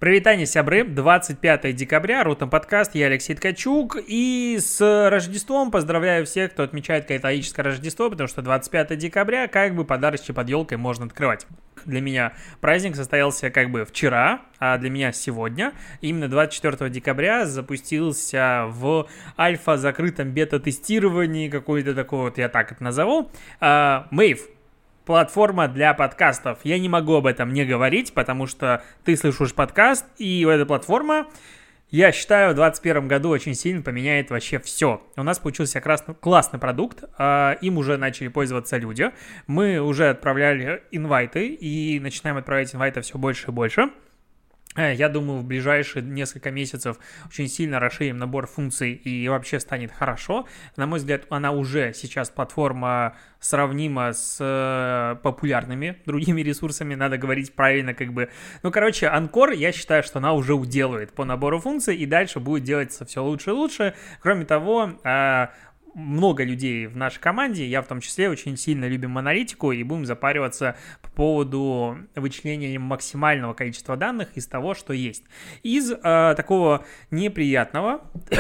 Привет, сябры, 25 декабря, Рутом подкаст, я Алексей Ткачук, и с Рождеством поздравляю всех, кто отмечает католическое Рождество, потому что 25 декабря как бы подарочки под елкой можно открывать. Для меня праздник состоялся как бы вчера, а для меня сегодня. Именно 24 декабря запустился в альфа-закрытом бета-тестировании, какой-то такой вот, я так это назову, Wave. Платформа для подкастов. Я не могу об этом не говорить, потому что ты слышишь подкаст, и эта платформа, я считаю, в 2021 году очень сильно поменяет вообще все. У нас получился классный продукт, им уже начали пользоваться люди. Мы уже отправляли инвайты, и начинаем отправлять инвайты все больше и больше. Я думаю, в ближайшие несколько месяцев очень сильно расширим набор функций и вообще станет хорошо. На мой взгляд, она уже сейчас платформа сравнима с популярными другими ресурсами, надо говорить правильно как бы. Anchor, я считаю, что она уже уделывает по набору функций и дальше будет делаться все лучше и лучше. Кроме того, много людей в нашей команде, я в том числе, очень сильно любим аналитику и будем запариваться по поводу вычисления максимального количества данных из того, что есть. Из такого неприятного,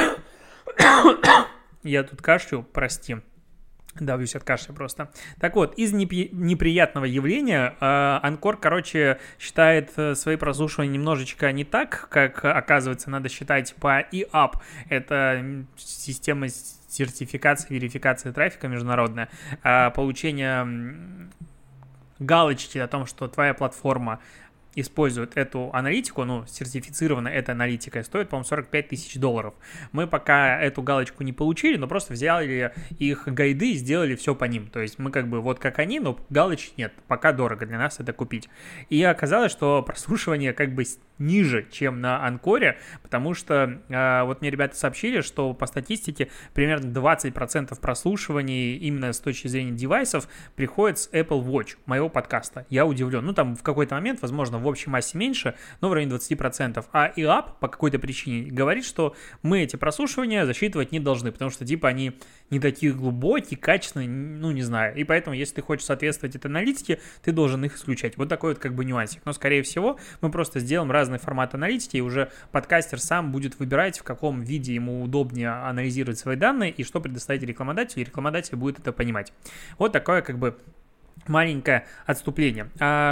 я тут кашлю, прости, давлюсь от кашля просто. Так вот, из неприятного явления Anchor, считает свои прослушивания немножечко не так, как, оказывается, надо считать по EAP. Это система сертификации, верификации трафика международная, получение галочки о том, что твоя платформа использует эту аналитику, сертифицирована эта аналитика, стоит, по-моему, $45 000. Мы пока эту галочку не получили, но просто взяли их гайды и сделали все по ним. То есть мы как бы вот как они, но галочек нет. Пока дорого для нас это купить. И оказалось, что прослушивание как бы ниже, чем на Анкоре, потому что вот мне ребята сообщили, что по статистике примерно 20% прослушиваний именно с точки зрения девайсов приходит с Apple Watch, моего подкаста. Я удивлен. Там в какой-то момент, возможно, в общей массе меньше, но в районе 20%. А EAP по какой-то причине говорит, что мы эти прослушивания засчитывать не должны, потому что они не такие глубокие, качественные, не знаю. И поэтому, если ты хочешь соответствовать этой аналитике, ты должен их исключать. Вот такой вот как бы нюансик. Но, скорее всего, мы просто сделаем разный формат аналитики, и уже подкастер сам будет выбирать, в каком виде ему удобнее анализировать свои данные и что предоставить рекламодателю, и рекламодатель будет это понимать. Вот такое как бы маленькое отступление.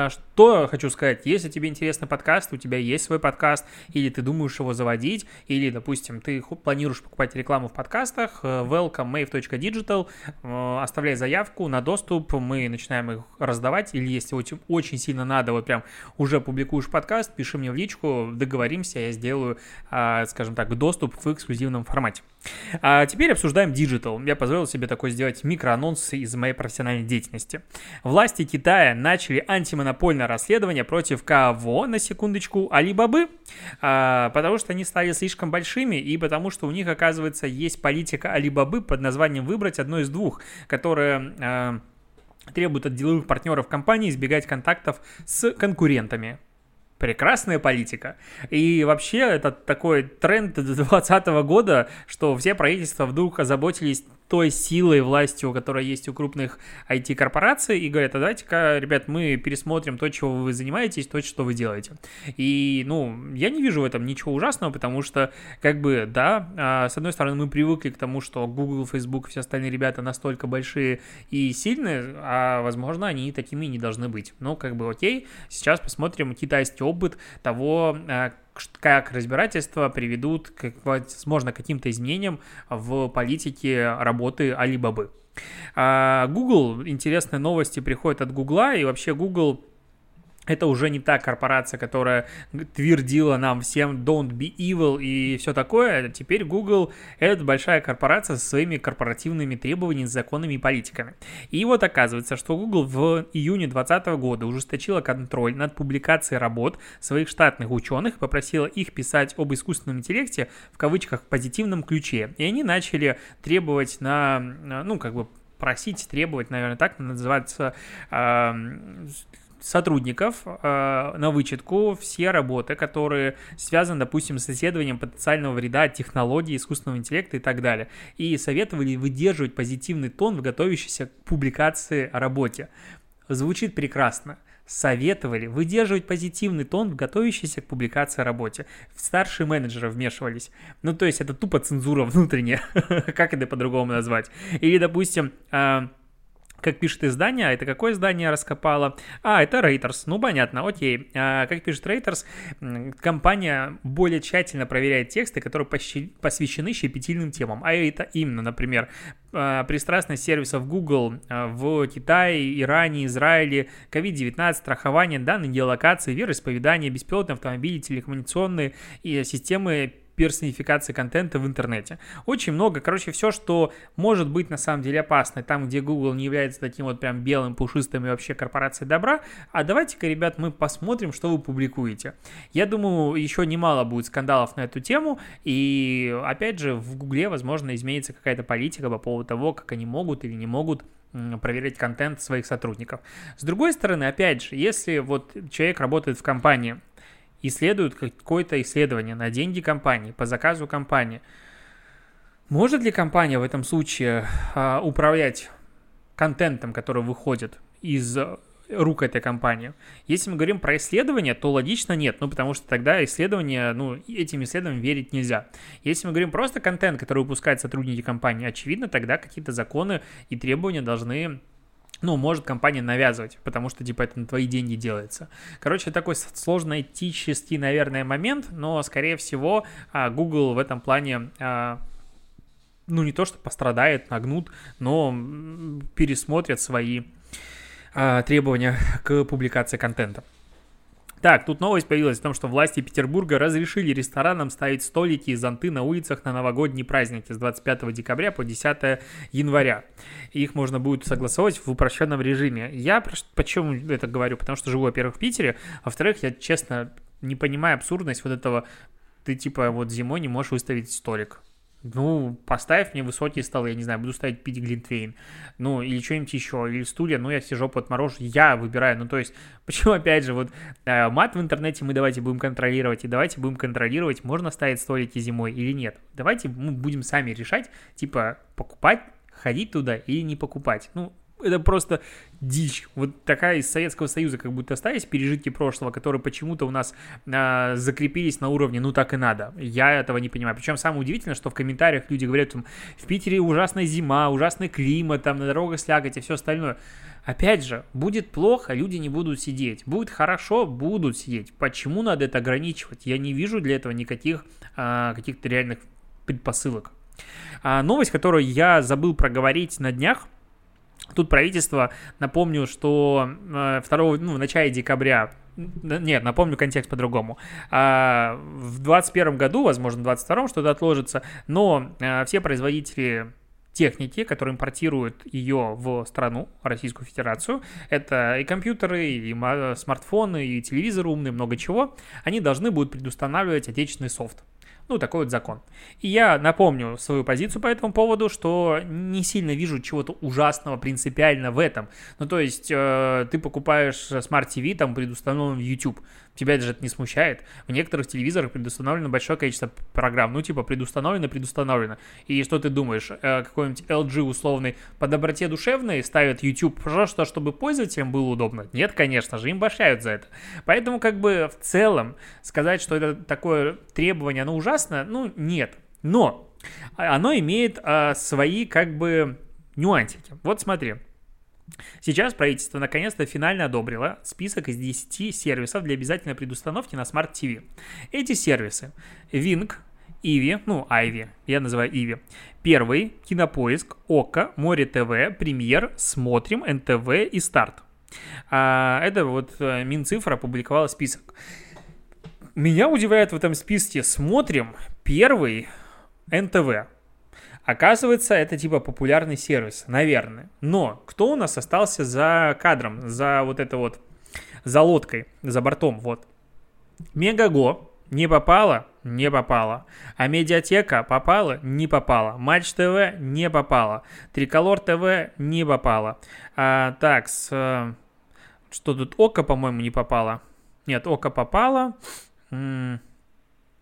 Что хочу сказать, если тебе интересный подкаст, у тебя есть свой подкаст, или ты думаешь его заводить, или, допустим, ты планируешь покупать рекламу в подкастах, welcome mave.digital, оставляй заявку на доступ, мы начинаем их раздавать, или если очень сильно надо, вот прям уже публикуешь подкаст, пиши мне в личку, договоримся, я сделаю, скажем так, доступ в эксклюзивном формате. Теперь обсуждаем Digital. Я позволил себе такой сделать микроанонс из моей профессиональной деятельности. Власти Китая начали антимонопольное расследование против кого, на секундочку, Алибабы, потому что они стали слишком большими и потому что у них, оказывается, есть политика Алибабы под названием «выбрать одно из двух», которая требует от деловых партнеров компании избегать контактов с конкурентами. Прекрасная политика. И вообще это такой тренд 2020 года, что все правительства вдруг озаботились той силой, властью, которая есть у крупных IT-корпораций, и говорят, давайте-ка, ребят, мы пересмотрим то, чего вы занимаетесь, то, что вы делаете. И, я не вижу в этом ничего ужасного, потому что, с одной стороны, мы привыкли к тому, что Google, Facebook и все остальные ребята настолько большие и сильные, а, возможно, они такими не должны быть. Окей, сейчас посмотрим китайский опыт того, как разбирательства приведут, возможно, к каким-то изменениям в политике работы Алибабы. Google, интересные новости приходят от Гугла, и вообще Google это уже не та корпорация, которая твердила нам всем don't be evil и все такое. Теперь Google – это большая корпорация со своими корпоративными требованиями, законами и политиками. И вот оказывается, что Google в июне 2020 года ужесточила контроль над публикацией работ своих штатных ученых и попросила их писать об искусственном интеллекте в кавычках в позитивном ключе. И они начали требовать просить, требовать, наверное, так называется, сотрудников на вычетку все работы, которые связаны, допустим, с исследованием потенциального вреда технологий, искусственного интеллекта и так далее. И советовали выдерживать позитивный тон в готовящейся к публикации работе. Звучит прекрасно. советовали выдерживать позитивный тон в готовящейся к публикации работе. Старшие менеджеры вмешивались. Ну, то есть это тупо цензура внутренняя. Как это по-другому назвать? Или, допустим, как пишет издание, а это какое издание раскопало? Это Reuters. Ну, понятно, окей. Как пишет Reuters, компания более тщательно проверяет тексты, которые посвящены щепетильным темам. А это именно, например, пристрастность сервисов Google в Китае, Иране, Израиле, COVID-19, страхование, данные геолокации, вероисповедание, беспилотные автомобили, телекоммуникационные и системы персонификации контента в интернете. Очень много, все, что может быть на самом деле опасно, там, где Google не является таким вот прям белым, пушистым и вообще корпорацией добра, давайте-ка, ребят, мы посмотрим, что вы публикуете. Я думаю, еще немало будет скандалов на эту тему, и, опять же, в Гугле, возможно, изменится какая-то политика по поводу того, как они могут или не могут проверять контент своих сотрудников. С другой стороны, опять же, если вот человек работает в компании, исследуют какое-то исследование на деньги компании, по заказу компании. Может ли компания в этом случае управлять контентом, который выходит из рук этой компании? Если мы говорим про исследования, то логично нет, потому что тогда исследования, этим исследованиям верить нельзя. Если мы говорим просто контент, который выпускают сотрудники компании, очевидно, тогда какие-то законы и требования должны может компания навязывать, потому что, это на твои деньги делается. Такой сложно этический, наверное, момент, но, скорее всего, Google в этом плане, не то что пострадает, нагнут, но пересмотрят свои требования к публикации контента. Так, тут новость появилась о том, что власти Петербурга разрешили ресторанам ставить столики и зонты на улицах на новогодние праздники с 25 декабря по 10 января. Их можно будет согласовать в упрощенном режиме. Я почему это говорю? Потому что живу, во-первых, в Питере, а во-вторых, я, честно, не понимаю абсурдность вот этого. Ты, зимой не можешь выставить столик. Поставь мне высокие столы, я не знаю, буду ставить пить глинтвейн, или что-нибудь еще, или стулья, я себе жопу отморожу, я выбираю, то есть, почему, опять же, мат в интернете мы давайте будем контролировать, и давайте будем контролировать, можно ставить столики зимой или нет, давайте мы будем сами решать, покупать, ходить туда или не покупать, это просто дичь. Вот такая из Советского Союза как будто остались пережитки прошлого, которые почему-то у нас закрепились на уровне так и надо. Я этого не понимаю. Причем самое удивительное, что в комментариях люди говорят, в Питере ужасная зима, ужасный климат, на дорогах слякоть и все остальное. Опять же, будет плохо, люди не будут сидеть. Будет хорошо, будут сидеть. Почему надо это ограничивать? Я не вижу для этого никаких каких-то реальных предпосылок. Новость, которую я забыл проговорить на днях. Тут правительство, напомню, что в начале декабря, напомню контекст по-другому, в 2021 году, возможно, в 2022 что-то отложится, но все производители техники, которые импортируют ее в страну, Российскую Федерацию, это и компьютеры, и смартфоны, и телевизоры умные, много чего, они должны будут предустанавливать отечественный софт. Такой вот закон. И я напомню свою позицию по этому поводу, что не сильно вижу чего-то ужасного принципиально в этом. То есть ты покупаешь Smart TV, там предустановлен YouTube. Тебя даже это не смущает. В некоторых телевизорах предустановлено большое количество программ. Предустановлено. И что ты думаешь? Какой-нибудь LG условный по доброте душевной ставит YouTube просто, чтобы пользователям было удобно? Нет, конечно же, им башляют за это. Поэтому в целом сказать, что это такое требование, оно ужасно, нет. Но оно имеет свои нюансики. Вот смотри. Сейчас правительство наконец-то финально одобрило список из 10 сервисов для обязательной предустановки на Smart TV. Эти сервисы Wing, Ivi, Ivy, я называю Ivi, Первый, Кинопоиск, Ока, Море ТВ, Премьер, Смотрим, НТВ и Старт. Это Минцифра опубликовала список. Меня удивляет в этом списке Смотрим, Первый, НТВ. Оказывается, это популярный сервис, наверное. Но кто у нас остался за кадром, за за лодкой, за бортом, Мегаго не попало? Не попало. А Медиатека попала? Не попала. Матч ТВ не попала. Триколор ТВ не попала. Что тут? Ока, по-моему, не попала. Нет, Ока попала.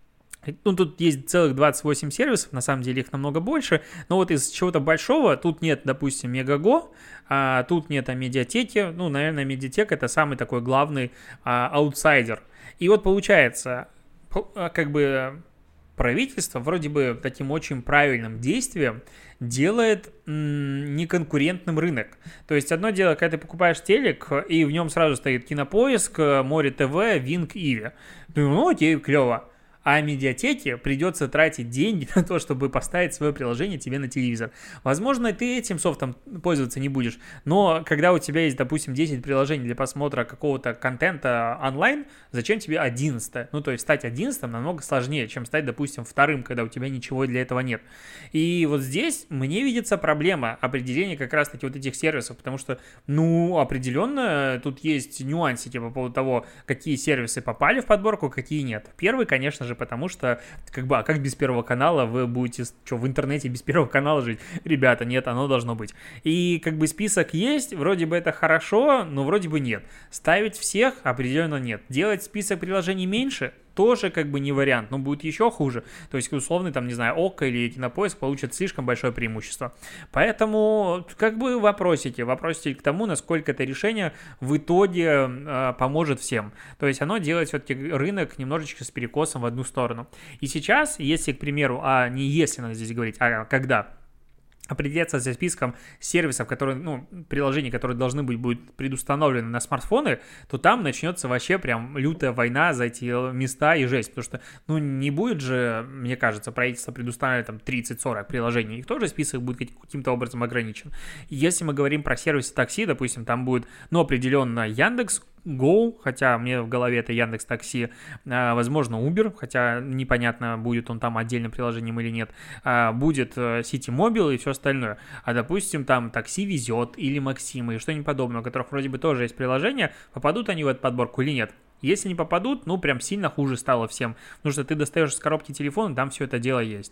Ну, тут есть целых 28 сервисов, на самом деле их намного больше, но вот из чего-то большого тут нет, допустим, Мегаго, тут нет медиатеки, ну, наверное, медиатека — это самый такой главный аутсайдер. И вот получается, как бы правительство вроде бы таким очень правильным действием делает неконкурентным рынок. То есть одно дело, когда ты покупаешь телек, и в нем сразу стоит Кинопоиск, Море ТВ, Винк, Иви. Ну, окей, клево. А медиатеке придется тратить деньги на то, чтобы поставить свое приложение тебе на телевизор. Возможно, ты этим софтом пользоваться не будешь, но когда у тебя есть, допустим, 10 приложений для просмотра какого-то контента онлайн, зачем тебе 11? Ну, то есть стать 11 намного сложнее, чем стать, допустим, вторым, когда у тебя ничего для этого нет. И вот здесь мне видится проблема определения как раз-таки вот этих сервисов, потому что, ну, определенно тут есть нюансики по поводу того, какие сервисы попали в подборку, какие нет. Первый, конечно же, потому что, как бы, а как без Первого канала вы будете, что, в интернете без Первого канала жить? Ребята, нет, оно должно быть. И, как бы, список есть, вроде бы это хорошо, но вроде бы нет. Ставить всех определенно нет. Делать список приложений меньше тоже, как бы, не вариант, но будет еще хуже. То есть, условно, там, не знаю, ОККО или Кинопоиск получат слишком большое преимущество. Поэтому, как бы, вопросики к тому, насколько это решение в итоге поможет всем. То есть, оно делает все-таки рынок немножечко с перекосом в одну сторону. И сейчас, если, к примеру, не если надо здесь говорить, а когда определяться со списком сервисов, которые, ну, приложений, которые должны быть, будут предустановлены на смартфоны, то там начнется вообще прям лютая война за эти места и жесть, потому что, ну, не будет же, мне кажется, правительство предустанавливать там 30-40 приложений, их тоже список будет каким-то образом ограничен. Если мы говорим про сервисы такси, допустим, там будет, ну, определенно Яндекс, Go, хотя мне в голове это Яндекс Такси, возможно, Uber, хотя непонятно, будет он там отдельным приложением или нет, будет City Mobile и все остальное. А, допустим, там Такси везет или Максима и что-нибудь подобное, у которых вроде бы тоже есть приложение, попадут они в эту подборку или нет? Если не попадут, ну, прям сильно хуже стало всем, потому что ты достаешь из коробки телефон, и там все это дело есть.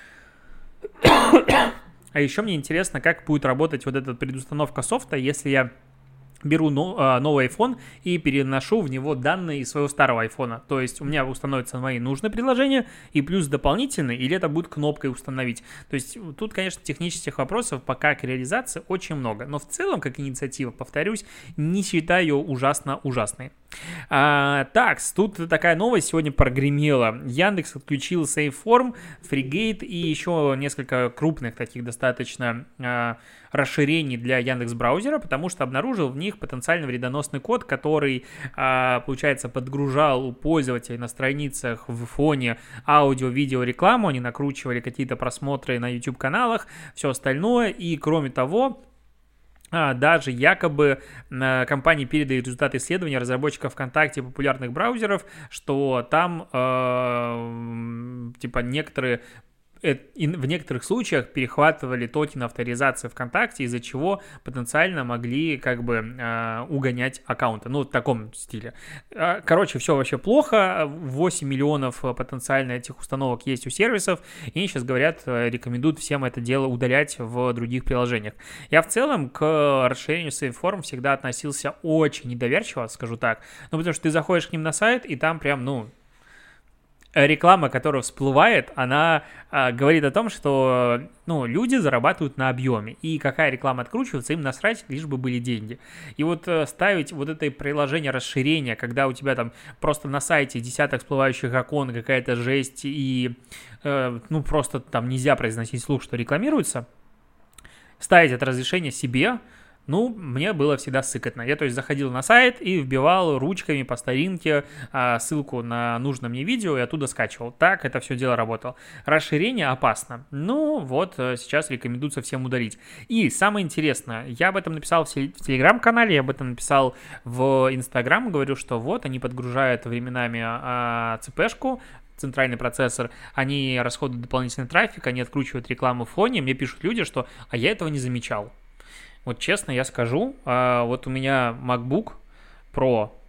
А еще мне интересно, как будет работать вот эта предустановка софта, если я беру новый iPhone и переношу в него данные из своего старого iPhone. То есть у меня установятся мои нужные приложения и плюс дополнительные, или это будет кнопкой установить. То есть тут, конечно, технических вопросов пока к реализации очень много. Но в целом, как инициатива, повторюсь, не считаю ее ужасно ужасной. Так, тут такая новость сегодня прогремела. Яндекс отключил Safeform, Frigate и еще несколько крупных таких достаточно расширений для Яндекс.Браузера, потому что обнаружил в них потенциально вредоносный код, который, получается, подгружал у пользователей на страницах в фоне аудио-видео рекламу, они накручивали какие-то просмотры на YouTube-каналах, все остальное, и кроме того, даже якобы компании передают результаты исследования разработчиков ВКонтакте и популярных браузеров, что там типа в некоторых случаях перехватывали токен авторизации ВКонтакте, из-за чего потенциально могли как бы угонять аккаунты. Ну, в таком стиле. Короче, все вообще плохо. 8 миллионов потенциально этих установок есть у сервисов. И они сейчас говорят, рекомендуют всем это дело удалять в других приложениях. Я в целом к расширению Safeform всегда относился очень недоверчиво, скажу так. Ну, потому что ты заходишь к ним на сайт, и там прям, ну, реклама, которая всплывает, она говорит о том, что, ну, люди зарабатывают на объеме, и какая реклама откручивается, им насрать, лишь бы были деньги. И вот ставить вот это приложение расширения, когда у тебя там просто на сайте десяток всплывающих окон, какая-то жесть, и, ну, просто там нельзя произносить вслух, что рекламируется, ставить это разрешение себе, ну, мне было всегда сыкотно. Я, то есть, заходил на сайт и вбивал ручками по старинке ссылку на нужное мне видео и оттуда скачивал. Так это все дело работало. Расширение опасно. Ну, вот, сейчас рекомендуется всем удалить. И самое интересное, я об этом написал в Телеграм-канале, я об этом написал в Инстаграм, говорю, что вот, они подгружают временами ЦПшку, центральный процессор, они расходуют дополнительный трафик, они откручивают рекламу в фоне, мне пишут люди, что «а я этого не замечал». Вот честно я скажу, вот у меня MacBook Pro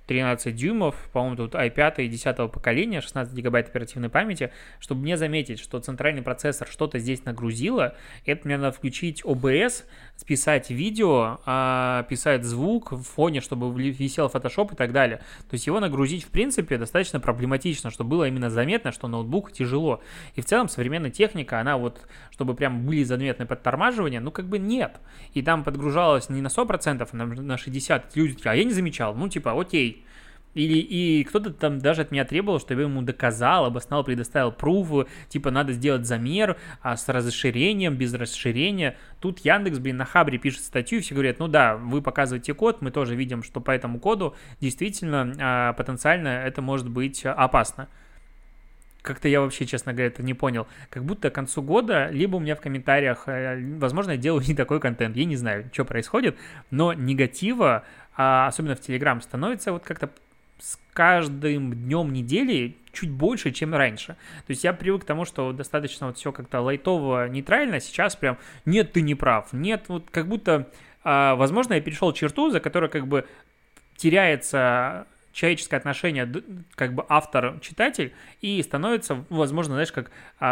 13 дюймов, по-моему, тут i5 10 поколения, 16 гигабайт оперативной памяти, чтобы мне заметить, что центральный процессор что-то здесь нагрузило, это мне надо включить OBS, списать видео, писать звук в фоне, чтобы висел Photoshop и так далее. То есть его нагрузить, в принципе, достаточно проблематично, чтобы было именно заметно, что ноутбук тяжело. И в целом современная техника, она вот, чтобы прям были заметны подтормаживания, ну как бы нет. И там подгружалось не на 100%, а на 60%. Люди такие, а я не замечал, ну типа окей. И кто-то там даже от меня требовал, чтобы я ему доказал, обосновал, предоставил пруфы, типа надо сделать замер с расширением, без расширения. Тут Яндекс, на Хабре пишет статью, и все говорят, ну да, вы показываете код, мы тоже видим, что по этому коду действительно потенциально это может быть опасно. Как-то я вообще, честно говоря, это не понял. Как будто к концу года, либо у меня в комментариях, возможно, я делаю не такой контент, я не знаю, что происходит, но негатива, особенно в Telegram, становится вот как-то с каждым днем недели чуть больше, чем раньше. То есть я привык к тому, что достаточно вот все как-то лайтово, нейтрально, сейчас прям нет, ты не прав, нет, вот как будто, возможно, я перешел черту, за которой как бы теряется человеческое отношение, как бы автор-читатель, и становится, возможно, знаешь, как...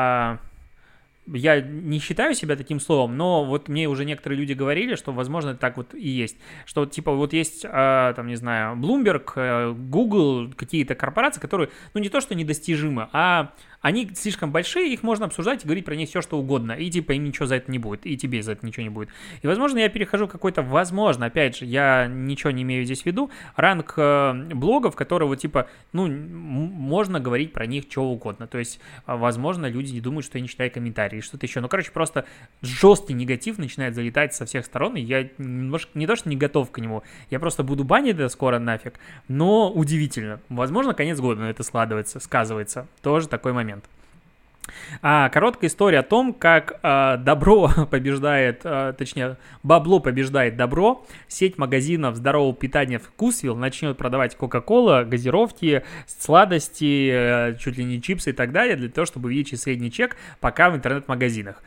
Я не считаю себя таким словом, но вот мне уже некоторые люди говорили, что, возможно, так вот и есть. Что, типа, вот есть, там, не знаю, Bloomberg, Google, какие-то корпорации, которые, ну, не то, что недостижимы, а они слишком большие, их можно обсуждать и говорить про них все, что угодно, и, типа, им ничего за это не будет, и тебе за это ничего не будет. И, возможно, я перехожу в какой-то, возможно, опять же, я ничего не имею здесь в виду, ранг блогов, которые, вот, типа, ну, можно говорить про них что угодно. То есть, возможно, люди не думают, что я не читаю комментарии, что-то еще. Ну, короче, просто жесткий негатив начинает залетать со всех сторон, и я немножко, не то, что не готов к нему, я просто буду банить это скоро нафиг, но удивительно. Возможно, конец года на это сказывается. Тоже такой момент. Короткая история о том, как добро побеждает, точнее, бабло побеждает добро. Сеть магазинов здорового питания Вкусвилл начнет продавать Кока-Кола, газировки, сладости, чуть ли не чипсы и так далее, для того, чтобы увеличить средний чек пока в интернет-магазинах.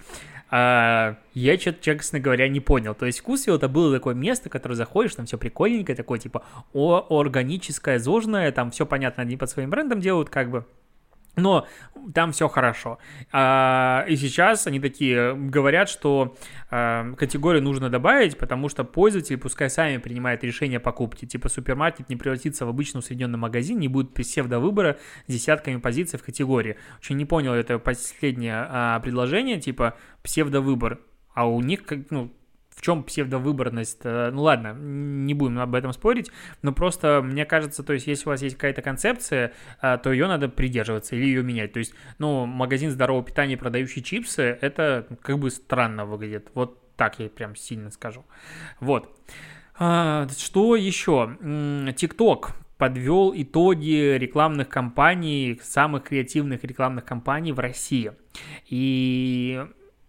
Я что-то, честно говоря, не понял. То есть Вкусвилл это было такое место, которое заходишь, там все прикольненькое, такое типа органическое, зожное, там все понятно, они под своим брендом делают как бы. Но там все хорошо. И сейчас они такие говорят, что категорию нужно добавить, потому что пользователи пускай сами принимают решение о покупке. Типа супермаркет не превратится в обычный усредненный магазин, не будет псевдовыбора с десятками позиций в категории. Очень не понял это последнее предложение, типа псевдовыбор. А у них, ну, в чем псевдовыборность? Ну ладно, не будем об этом спорить, но просто мне кажется, то есть если у вас есть какая-то концепция, то ее надо придерживаться или ее менять. То есть, ну, магазин здорового питания, продающий чипсы, это как бы странно выглядит. Вот так я прям сильно скажу. Вот. Что еще? TikTok подвел итоги рекламных кампаний, самых креативных рекламных кампаний в России. И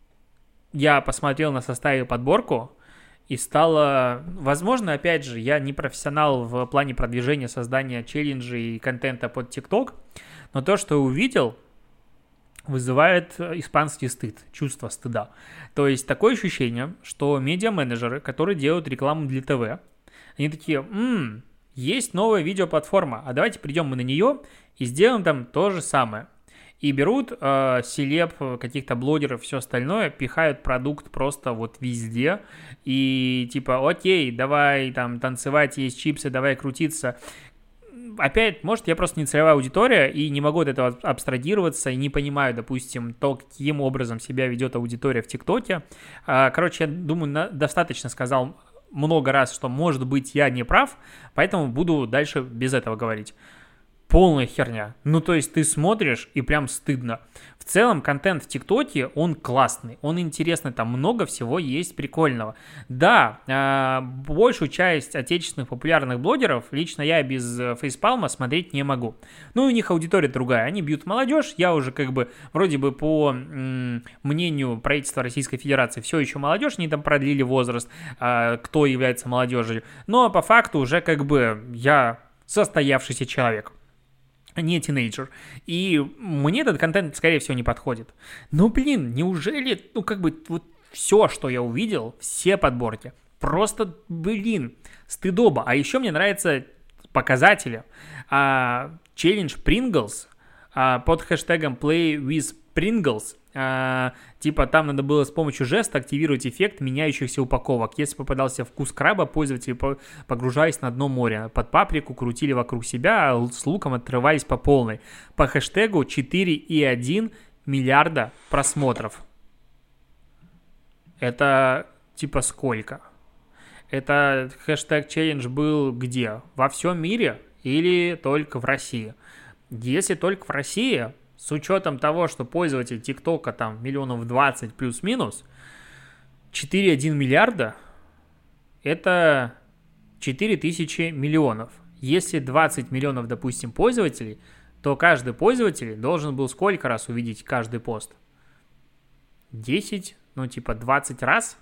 я посмотрел на составе подборку, и стало... Возможно, опять же, я не профессионал в плане продвижения, создания челленджей и контента под TikTok, но то, что я увидел, вызывает испанский стыд, чувство стыда. То есть такое ощущение, что медиа-менеджеры, которые делают рекламу для ТВ, они такие, есть новая видеоплатформа, а давайте придем мы на нее и сделаем там то же самое. И берут селеб, каких-то блогеров, все остальное, пихают продукт просто вот везде. И типа, окей, давай там танцевать, есть чипсы, давай крутиться. Опять, может, я просто не целевая аудитория и не могу от этого абстрагироваться и не понимаю, допустим, то, каким образом себя ведет аудитория в ТикТоке. Короче, я думаю, достаточно сказал много раз, что, может быть, я не прав, поэтому буду дальше без этого говорить. Полная херня. Ну, то есть ты смотришь и прям стыдно. В целом, контент в ТикТоке, он классный, он интересный, там много всего есть прикольного. Да, большую часть отечественных популярных блогеров лично я без фейспалма смотреть не могу. Ну, у них аудитория другая, они бьют молодежь, я уже как бы, вроде бы по мнению правительства Российской Федерации, все еще молодежь, они там продлили возраст, кто является молодежью, но по факту уже как бы я состоявшийся человек. Не тинейджер. И мне этот контент, скорее всего, не подходит. Но, блин, неужели, ну, как бы, вот все, что я увидел, все подборки, просто, блин, стыдоба. А еще мне нравится показателя. Челлендж Pringles под хэштегом Play with Pringles. Типа там надо было с помощью жеста активировать эффект меняющихся упаковок. Если попадался вкус краба, пользователи, погружаясь на дно моря, под паприку крутили вокруг себя, а с луком отрывались по полной. По хэштегу 4,1 миллиарда просмотров. Это типа сколько? Это хэштег челлендж был где? Во всем мире или только в России? Если только в России, с учетом того, что пользователь ТикТока там миллионов 20 плюс-минус, 4,1 миллиарда – это 4000 миллионов. Если 20 миллионов, допустим, пользователей, то каждый пользователь должен был сколько раз увидеть каждый пост? 10, 20 раз?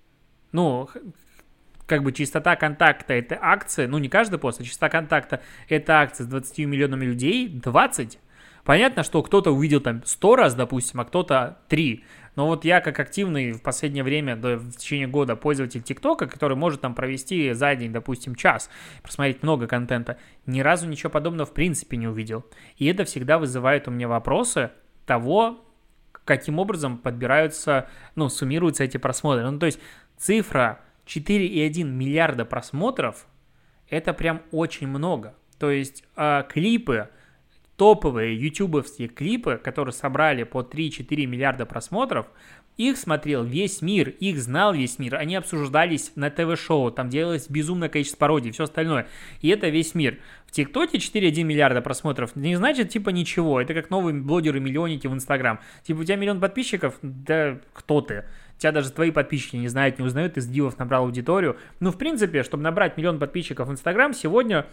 Как бы частота контакта – это акция, не каждый пост, а частота контакта – это акция с 20 миллионами людей, 20. Понятно, что кто-то увидел там 100 раз, допустим, а кто-то 3. Но вот я как активный в последнее время, в течение года, пользователь ТикТока, который может там провести за день, допустим, час, просмотреть много контента, ни разу ничего подобного в принципе не увидел. И это всегда вызывает у меня вопросы того, каким образом подбираются, суммируются эти просмотры. То есть цифра 4,1 миллиарда просмотров – это прям очень много. То есть клипы, топовые ютубовские клипы, которые собрали по 3-4 миллиарда просмотров, их смотрел весь мир, их знал весь мир, они обсуждались на ТВ-шоу, там делалось безумное количество пародий, все остальное, и это весь мир. В ТикТоке 4,1 миллиарда просмотров не значит ничего, это как новые блогеры-миллионники в Инстаграм. У тебя миллион подписчиков, да кто ты? Тебя даже твои подписчики не знают, не узнают, из дивов набрал аудиторию. В принципе, чтобы набрать миллион подписчиков в Инстаграм, сегодня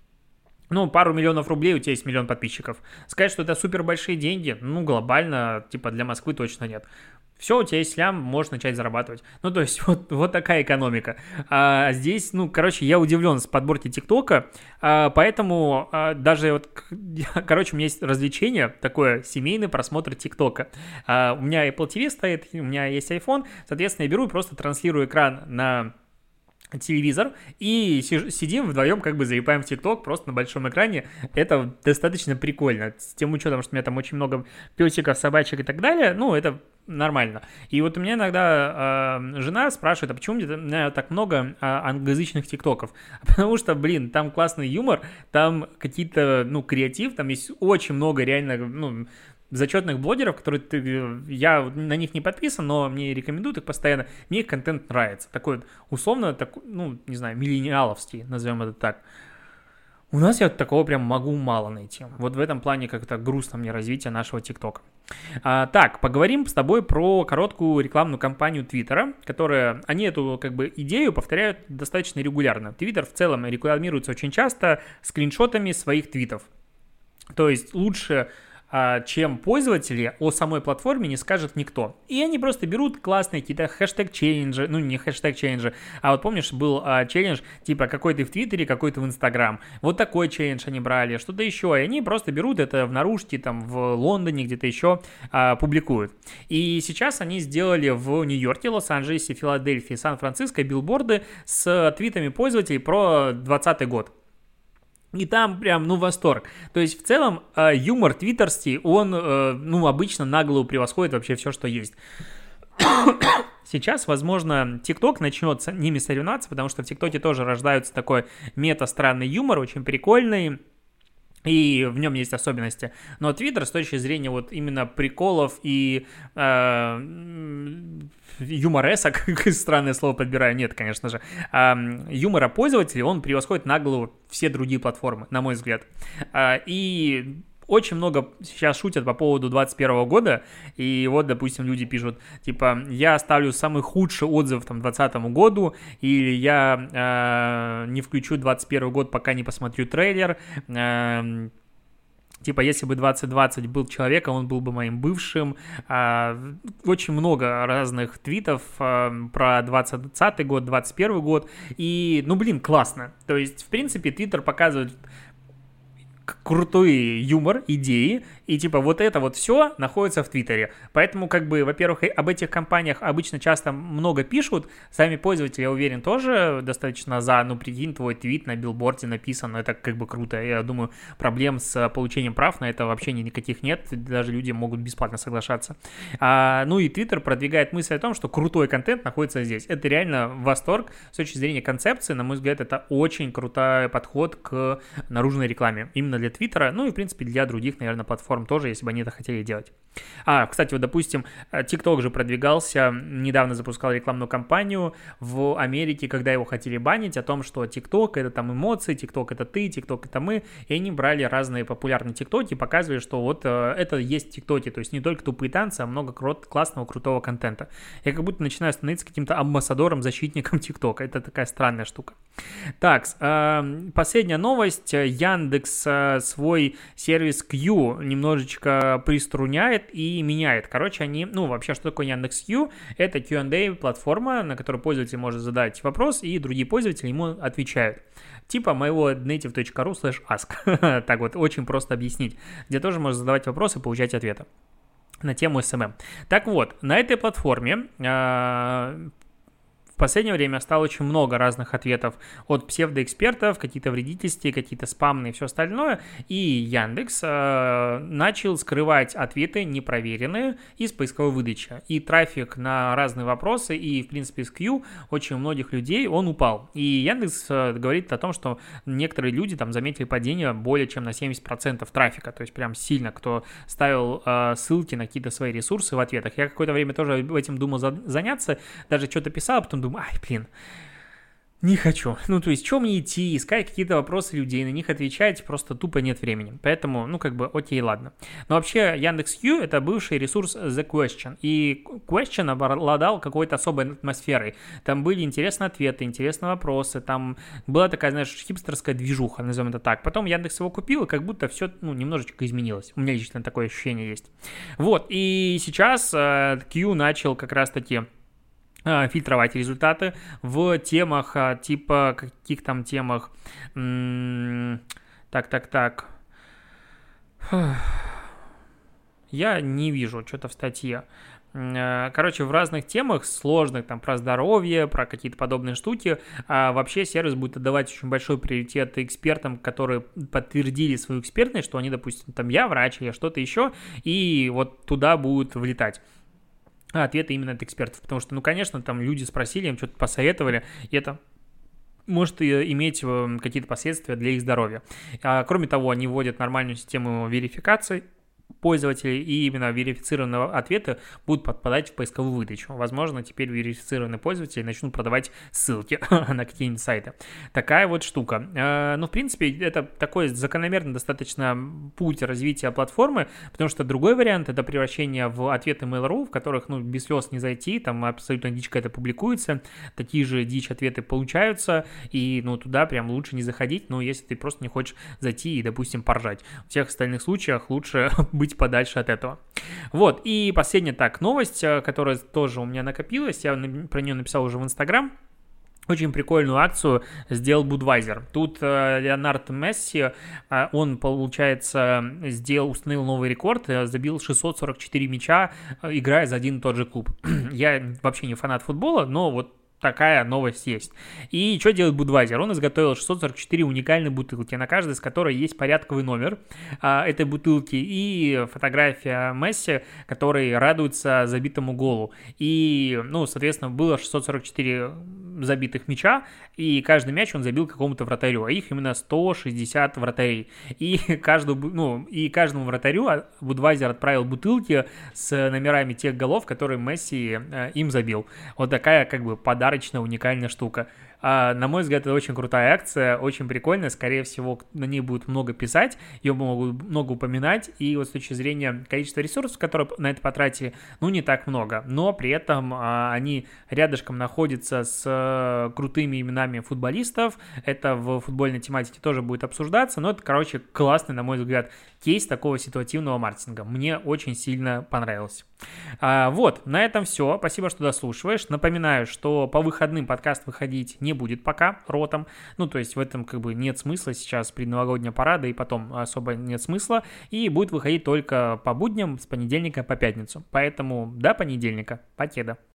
пару миллионов рублей, у тебя есть миллион подписчиков. Сказать, что это супер большие деньги, глобально, для Москвы точно нет. Все, у тебя есть лям, можешь начать зарабатывать. То есть, вот такая экономика. Здесь, я удивлен с подборки ТикТока, поэтому даже у меня есть развлечение, такое семейный просмотр ТикТока. У меня Apple TV стоит, у меня есть iPhone, соответственно, я беру и просто транслирую экран на телевизор и сидим вдвоем, залипаем в ТикТок просто на большом экране. Это достаточно прикольно. С тем учетом, что у меня там очень много песиков, собачек и так далее, это нормально. И вот у меня иногда жена спрашивает, а почему у меня так много англоязычных ТикТоков? Потому что, там классный юмор, там какие-то, креатив, там есть очень много реально, зачетных блогеров, я на них не подписан, но мне рекомендуют их постоянно, мне их контент нравится. Такой условно, не знаю, миллениаловский, назовем это так. У нас я такого прям могу мало найти. Вот в этом плане как-то грустно мне развитие нашего ТикТока. Так, поговорим с тобой про короткую рекламную кампанию Твиттера, они эту идею повторяют достаточно регулярно. Твиттер в целом рекламируется очень часто скриншотами своих твитов. То есть лучше чем пользователи о самой платформе не скажет никто. И они просто берут классные какие-то хэштег-челленджи, не хэштег-челленджи, а вот помнишь, был челлендж, какой ты в Твиттере, какой ты в Инстаграм. Вот такой челлендж они брали, что-то еще, и они просто берут это в наружке, в Лондоне, где-то еще публикуют. И сейчас они сделали в Нью-Йорке, Лос-Анджелесе, Филадельфии, Сан-Франциско билборды с твитами пользователей про 2020 год. И там прям, восторг. То есть, в целом, юмор твиттерский, он, обычно нагло превосходит вообще все, что есть. Сейчас, возможно, ТикТок начнет с ними соревноваться, потому что в ТикТоке тоже рождается такой мета-странный юмор, очень прикольный. И в нем есть особенности. Но Твиттер с точки зрения именно приколов и юморесок, странное слово подбираю, нет, конечно же, юмора пользователей, он превосходит нагло все другие платформы, на мой взгляд. И очень много сейчас шутят по поводу 2021 года, и вот, допустим, люди пишут, я ставлю самый худший отзыв 2020 году, или я не включу 2021 год, пока не посмотрю трейлер, если бы 2020 был человеком, он был бы моим бывшим. Очень много разных твитов про 2020 год, 2021 год. И, классно. То есть, в принципе, Твиттер показывает крутой юмор, идеи, и типа вот это вот все находится в Твиттере. Поэтому, как бы, во-первых, об этих компаниях обычно часто много пишут, сами пользователи, я уверен, тоже достаточно ну, прикинь, твой твит на билборде написан, это как бы круто. Я думаю, проблем с получением прав на это вообще никаких нет, даже люди могут бесплатно соглашаться. Ну и Твиттер продвигает мысль о том, что крутой контент находится здесь. Это реально восторг с точки зрения концепции, на мой взгляд, это очень крутой подход к наружной рекламе. Именно для Твиттера, ну и, в принципе, для других, наверное, платформ тоже, если бы они это хотели делать. Кстати, вот, допустим, TikTok же продвигался, недавно запускал рекламную кампанию в Америке, когда его хотели банить, о том, что TikTok — это там эмоции, TikTok — это ты, TikTok — это мы, и они брали разные популярные TikTok и показывали, что вот это есть в TikTok, то есть не только тупые танцы, а много классного, крутого контента. Я как будто начинаю становиться каким-то амбассадором, защитником TikTok. Это такая странная штука. Так, последняя новость. Яндекс свой сервис Q немножечко приструняет и меняет. Короче, вообще, что такое Яндекс.Q? Это Q&A платформа, на которой пользователь может задать вопрос, и другие пользователи ему отвечают. Типа моего native.ru/ask. Так вот, очень просто объяснить. Где тоже можно задавать вопросы и получать ответы на тему SMM. Так вот, на этой платформе в последнее время стало очень много разных ответов от псевдоэкспертов, какие-то вредительские, какие-то спамные и все остальное. И Яндекс начал скрывать ответы непроверенные из поисковой выдачи. И трафик на разные вопросы, и, в принципе, с Q очень у многих людей он упал. И Яндекс говорит о том, что некоторые люди там заметили падение более чем на 70% трафика. То есть прям сильно, кто ставил ссылки на какие-то свои ресурсы в ответах. Я какое-то время тоже этим думал заняться, даже что-то писал, а потом думаю, не хочу. Ну, то есть, что мне идти, искать какие-то вопросы людей, на них отвечать, просто тупо нет времени. Поэтому, окей, ладно. Но вообще, Яндекс.Q — это бывший ресурс The Question. И Question обладал какой-то особой атмосферой. Там были интересные ответы, интересные вопросы, там была такая, знаешь, хипстерская движуха, назовем это так. Потом Яндекс его купил, и как будто все, немножечко изменилось. У меня лично такое ощущение есть. Вот, и сейчас Q начал как раз-таки фильтровать результаты в темах, типа, каких там темах, я не вижу что-то в статье. Короче, в разных темах сложных, там, про здоровье, про какие-то подобные штуки, вообще сервис будет отдавать очень большой приоритет экспертам, которые подтвердили свою экспертность, что они, допустим, там, я врач или что-то еще, и вот туда будут влетать ответы именно от экспертов, потому что, конечно, там люди спросили, им что-то посоветовали, и это может иметь какие-то последствия для их здоровья. Кроме того, они вводят нормальную систему верификации пользователей, и именно верифицированные ответы будут подпадать в поисковую выдачу. Возможно, теперь верифицированные пользователи начнут продавать ссылки на какие-нибудь сайты. Такая вот штука. В принципе, это такой закономерный достаточно путь развития платформы, потому что другой вариант — это превращение в ответы Mail.ru, в которых, без слез не зайти, там абсолютно дичь какая-то публикуется, такие же дичь-ответы получаются, и, туда прям лучше не заходить, если ты просто не хочешь зайти и, допустим, поржать. В всех остальных случаях лучше быть подальше от этого. Вот, и последняя новость, которая тоже у меня накопилась, я про нее написал уже в Инстаграм. Очень прикольную акцию сделал Budweiser. Тут Леонард Месси, он, получается, установил новый рекорд, забил 644 мяча, играя за один и тот же клуб. Я вообще не фанат футбола, но вот такая новость есть. И что делает Budweiser? Он изготовил 644 уникальные бутылки, на каждой из которой есть порядковый номер этой бутылки и фотография Месси, который радуется забитому голу. И, соответственно, было 644 забитых мяча, и каждый мяч он забил какому-то вратарю, а их именно 160 вратарей. И каждому вратарю Budweiser отправил бутылки с номерами тех голов, которые Месси им забил. Вот такая подарочная, уникальная штука. На мой взгляд, это очень крутая акция, очень прикольная, скорее всего, на ней будут много писать, ее могут много упоминать, и вот с точки зрения количества ресурсов, которые на это потратили, не так много, но при этом они рядышком находятся с крутыми именами футболистов, это в футбольной тематике тоже будет обсуждаться, но это, классный, на мой взгляд, кейс такого ситуативного маркетинга, мне очень сильно понравилось. Вот, на этом все, спасибо, что дослушиваешь, напоминаю, что по выходным подкаст выходить не не будет пока ротом. Ну, то есть в этом как бы нет смысла сейчас предновогодняя парада, и потом особо нет смысла. И будет выходить только по будням с понедельника по пятницу. Поэтому до понедельника. Покеда.